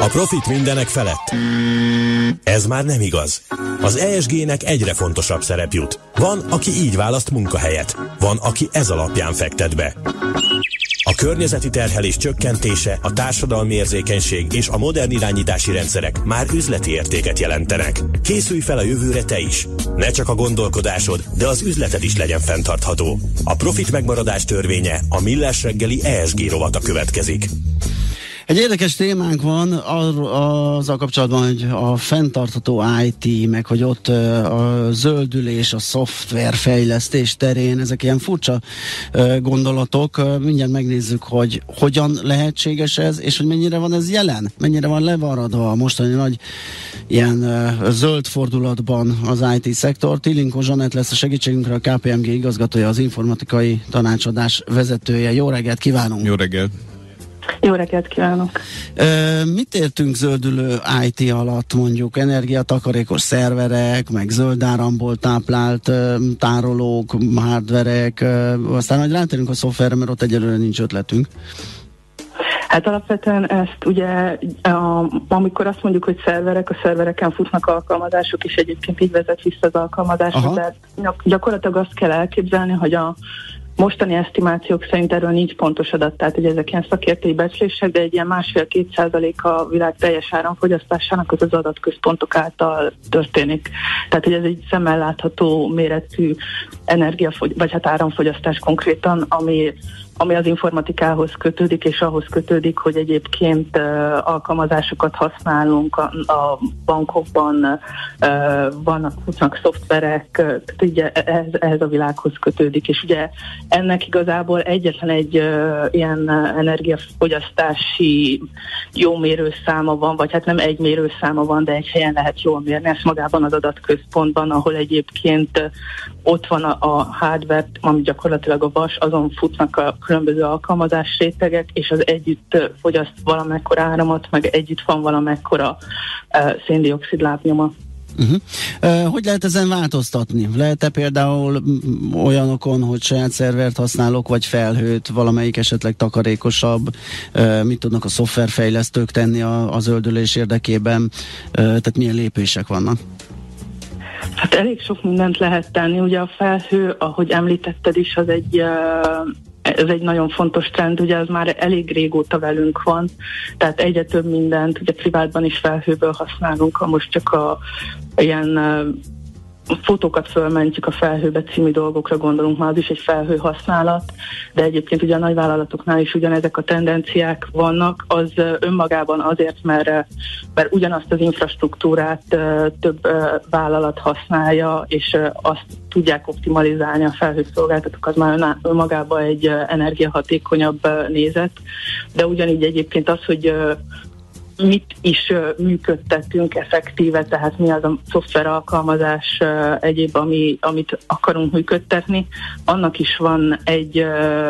A profit mindenek felett. Ez már nem igaz. Az ESG-nek egyre fontosabb szerep jut. Van, aki így választ munkahelyet. Van, aki ez alapján fektet be. A környezeti terhelés csökkentése, a társadalmi érzékenység és a modern irányítási rendszerek már üzleti értéket jelentenek. Készülj fel a jövőre te is. Ne csak a gondolkodásod, de az üzleted is legyen fenntartható. A profit megmaradás törvénye, a Millás reggeli ESG rovata következik. Egy érdekes témánk van azzal kapcsolatban, hogy a fenntartható IT, meg hogy ott a zöldülés, a szoftverfejlesztés terén, ezek ilyen furcsa gondolatok. Mindjárt megnézzük, hogy hogyan lehetséges ez, és hogy mennyire van ez jelen, mennyire van levaradva a mostani nagy ilyen zöld fordulatban az IT szektor. Tilinkó Zsanett lesz a segítségünkre, a KPMG igazgatója, az informatikai tanácsadás vezetője. Jó reggelt kívánunk! Jó reggelt! Jó reggelt kívánok! Mit értünk zöldülő IT alatt, mondjuk energiatakarékos szerverek, meg zöld áramból táplált tárolók, hardverek, aztán hogy rátérünk a szoftverre, mert ott egyelőre nincs ötletünk. Hát alapvetően ezt ugye, amikor azt mondjuk, hogy szerverek, a szervereken futnak alkalmazások, és egyébként így vezet vissza az alkalmazásra, de gyakorlatilag azt kell elképzelni, hogy a mostani esztimációk szerint erről nincs pontos adat, tehát hogy ezek ilyen szakértői becslések, de egy ilyen 1,5-2% a világ teljes áramfogyasztásának az adatközpontok által történik. Tehát, hogy ez egy szemmel látható méretű vagy hát áramfogyasztás konkrétan, ami az informatikához kötődik, és ahhoz kötődik, hogy egyébként alkalmazásokat használunk a bankokban, futnak szoftverek, tehát ugye ehhez a világhoz kötődik, és ugye ennek igazából egyetlen egy ilyen energiafogyasztási jó mérőszáma van, vagy hát nem egy mérőszáma van, de egy helyen lehet jól mérni, ezt magában az adatközpontban, ahol egyébként ott van a hardware, ami gyakorlatilag a vas, azon futnak a különböző alkalmazásrétegek, és az együtt fogyaszt valamekkora áramot, meg együtt van valamekkora szén-dioxid lábnyoma. Hogy lehet ezen változtatni? Lehet-e például olyanokon, hogy saját szervert használok, vagy felhőt, valamelyik esetleg takarékosabb, mit tudnak a szoftverfejlesztők tenni a zöldülés érdekében, tehát milyen lépések vannak? Hát elég sok mindent lehet tenni. Ugye a felhő, ahogy említetted is, ez egy nagyon fontos trend, ugye az már elég régóta velünk van, tehát egyre több mindent, ugye privátban is felhőből használunk, most csak ilyen fotókat fölmentjük a felhőbe című dolgokra gondolunk, már az is egy felhő használat, de egyébként ugye a nagyvállalatoknál is ugyanezek a tendenciák vannak, az önmagában azért, mert ugyanazt az infrastruktúrát több vállalat használja, és azt tudják optimalizálni a felhőszolgáltatók, az már önmagában egy energiahatékonyabb nézet, de ugyanígy egyébként az, hogy mit is működtetünk effektíve, tehát mi az a szoftver alkalmazás egyéb, amit akarunk működtetni, annak is van egy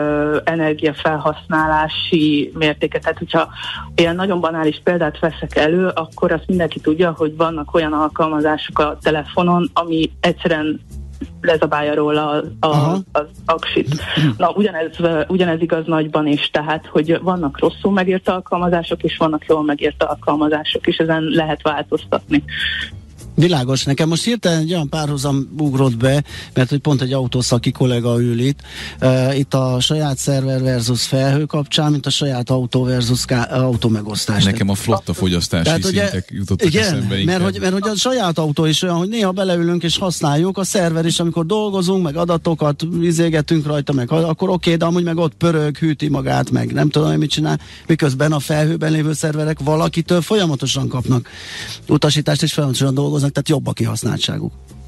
energiafelhasználási mértéke. Tehát, hogyha ilyen nagyon banális példát veszek elő, akkor azt mindenki tudja, hogy vannak olyan alkalmazások a telefonon, ami egyszerűen lezabálja róla az aksit. Na, ugyanez igaz nagyban is, tehát, hogy vannak rosszul megírt alkalmazások, és vannak jól megírt alkalmazások, és ezen lehet változtatni. Világos. Nekem most hirtelen egy olyan párhuzam ugrott be, mert hogy pont egy autószaki kollega ül itt. Itt a saját szerver versus felhő kapcsán, mint a saját autó versus autómegosztás. Nekem a flotta fogyasztási szintek jutottak eszembe. Mert hogy a saját autó is olyan, hogy néha beleülünk és használjuk, a szerver is, amikor dolgozunk, meg adatokat izégetünk rajta, meg akkor oké, de amúgy meg ott pörög, hűti magát, meg nem tudom, mit csinál, miközben a felhőben lévő szerverek valakitől folyamatosan kapnak utasítást, és folyamatosan dolgoznak, tehát jobb a kihasználtságuk.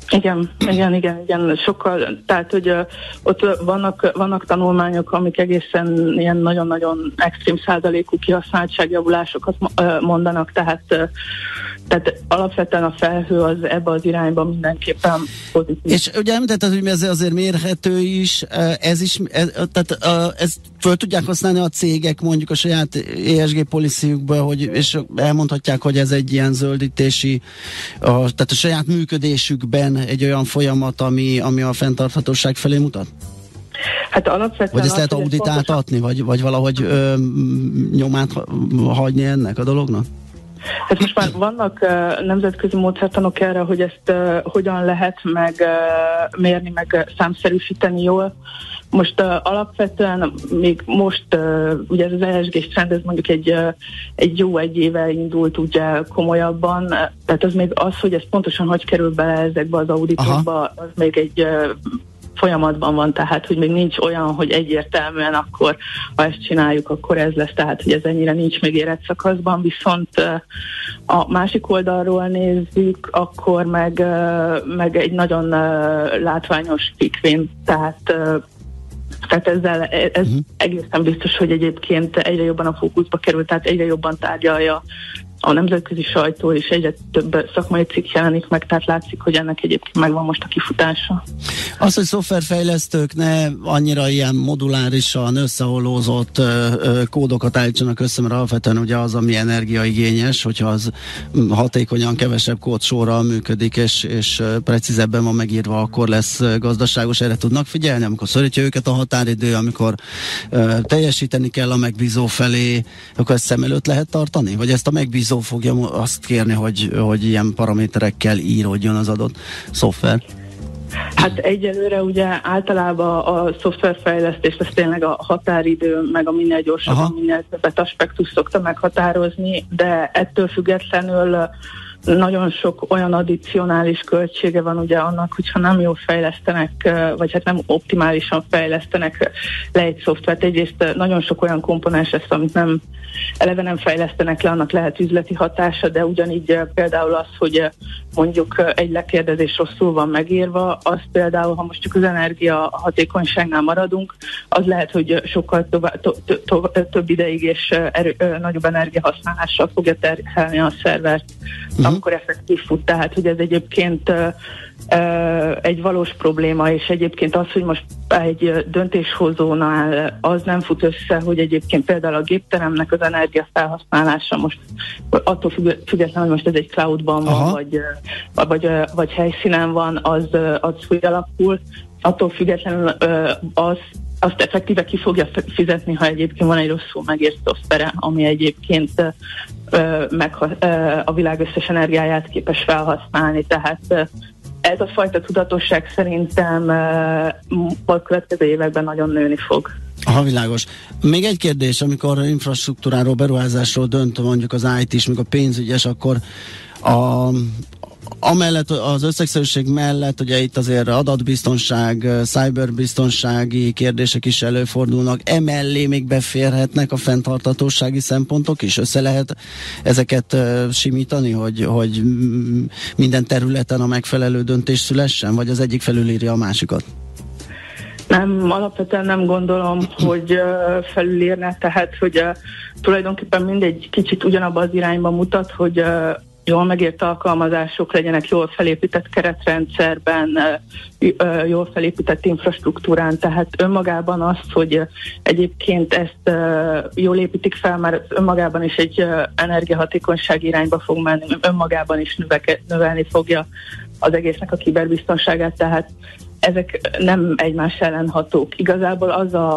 Igen, sokkal, tehát, hogy ott vannak tanulmányok, amik egészen ilyen nagyon-nagyon extrém százalékú kihasználtságjavulásokat mondanak, tehát alapvetően a felhő az ebbe az irányba mindenképpen pozitív. És ugye említetted, hogy ez azért mérhető is, ezt föl tudják használni a cégek mondjuk a saját ESG policyjukba, és elmondhatják, hogy ez egy ilyen zöldítési, tehát a saját működésükben egy olyan folyamat, ami a fenntarthatóság felé mutat? Hát alapvetően... Vagy ezt lehet auditáltatni, vagy valahogy nyomát hagyni ennek a dolognak? Hát most már vannak nemzetközi módszertanok erre, hogy ezt hogyan lehet mérni, meg számszerűsíteni jól. Most alapvetően még most ugye ez az ESG-s trend, ez mondjuk egy jó egy éve indult ugye komolyabban, tehát az még az, hogy ez pontosan hogy kerül bele ezekbe az auditokba, az még egy folyamatban van, tehát hogy még nincs olyan, hogy egyértelműen akkor, ha ezt csináljuk, akkor ez lesz, tehát hogy ez ennyire nincs még érett szakaszban, viszont a másik oldalról nézzük, akkor meg egy nagyon látványos pikvén, tehát ez egészen biztos, hogy egyébként egyre jobban a fókuszba kerül, tehát egyre jobban tárgyalja a nemzetközi sajtó, és egyre több szakmai cikk jelenik meg, tehát látszik, hogy ennek egyébként megvan most a kifutása. Az, hogy szoftverfejlesztők ne annyira ilyen modulárisan összehollózott kódokat állítsanak össze, mert alapvetően ugye az, ami energiaigényes, hogyha az hatékonyan kevesebb kódsorral működik, és precízebben van megírva, akkor lesz gazdaságos, erre tudnak figyelni, amikor szorítja őket a határidő, amikor teljesíteni kell a megbízó felé, akkor ezt szem előtt lehet tartani? Vagy ezt a megbízó fogja azt kérni, hogy ilyen paraméterekkel íródjon az adott szoftver? Hát egyelőre ugye általában a szoftverfejlesztés ez tényleg a határidő, meg a minél gyorsabban, minél többet aspektus szokta meghatározni, de ettől függetlenül nagyon sok olyan addicionális költsége van ugye annak, hogyha nem jól fejlesztenek, vagy hát nem optimálisan fejlesztenek le egy szoftvert. Egyrészt nagyon sok olyan komponens lesz, amit eleve nem fejlesztenek le, annak lehet üzleti hatása, de ugyanígy például az, hogy mondjuk egy lekérdezés rosszul van megírva, az például, ha most csak az energia hatékonyságnál maradunk, az lehet, hogy sokkal több ideig és nagyobb energiahasználással fogja terhelni a szervert, amikor effektív fut. Tehát, hogy ez egyébként egy valós probléma, és egyébként az, hogy most egy döntéshozónál az nem fut össze, hogy egyébként például a gépteremnek az energiafelhasználása most attól függetlenül, hogy most ez egy cloudban van, vagy helyszínen van, az hogy alakul, attól függetlenül azt effektíve ki fogja fizetni, ha egyébként van egy rosszul megírt szoftvere, ami egyébként a világ összes energiáját képes felhasználni. Tehát ez a fajta tudatosság szerintem a következő években nagyon nőni fog. Aha, világos. Még egy kérdés, amikor infrastruktúráról, beruházásról dönt mondjuk az IT-s, meg a pénzügyes, akkor amellett, az összegszerűség mellett, ugye itt azért adatbiztonság, cyberbiztonsági kérdések is előfordulnak, emellé még beférhetnek a fenntarthatósági szempontok is? Össze lehet ezeket simítani, hogy minden területen a megfelelő döntés szülessen, vagy az egyik felülírja a másikat? Nem, alapvetően nem gondolom, hogy felülírne, tehát, hogy tulajdonképpen mindegy kicsit ugyanabban az irányba mutat, hogy jól megért alkalmazások legyenek jól felépített keretrendszerben, jól felépített infrastruktúrán, tehát önmagában az, hogy egyébként ezt jól építik fel, már önmagában is egy energiahatékonyság irányba fog menni, önmagában is növelni fogja az egésznek a kiberbiztonságát, tehát ezek nem egymás ellen hatók. Igazából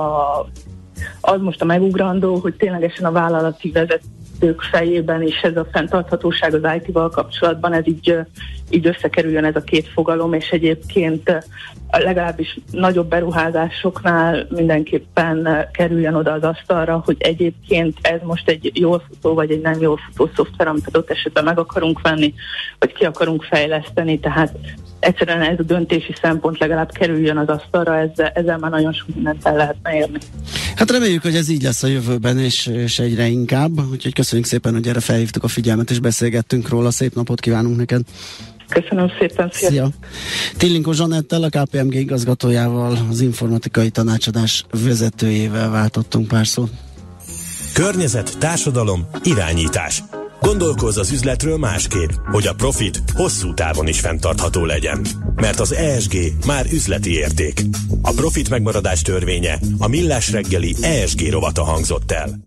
az most a megugrandó, hogy ténylegesen a vállalati vezetők fejében is ez a fenntarthatóság az IT-val kapcsolatban, ez így összekerüljön ez a két fogalom, és egyébként legalábbis nagyobb beruházásoknál mindenképpen kerüljön oda az asztalra, hogy egyébként ez most egy jól futó, vagy egy nem jól futó szoftver, amit adott esetben meg akarunk venni, vagy ki akarunk fejleszteni, tehát egyszerűen ez a döntési szempont legalább kerüljön az asztalra, ezzel már nagyon sok mindent el lehetne érni. Hát reméljük, hogy ez így lesz a jövőben, és egyre inkább, úgyhogy köszönjük szépen, hogy erre felhívtuk a figyelmet, és beszélgettünk róla. Szép napot kívánunk neked! Köszönöm szépen, szia! Tillinkó Zsanettel, a KPMG igazgatójával, az informatikai tanácsadás vezetőjével váltottunk pár szót. Környezet, társadalom, irányítás. Gondolkozz az üzletről másképp, hogy a profit hosszú távon is fenntartható legyen. Mert az ESG már üzleti érték. A profit megmaradás törvénye, a Millás reggeli ESG rovata hangzott el.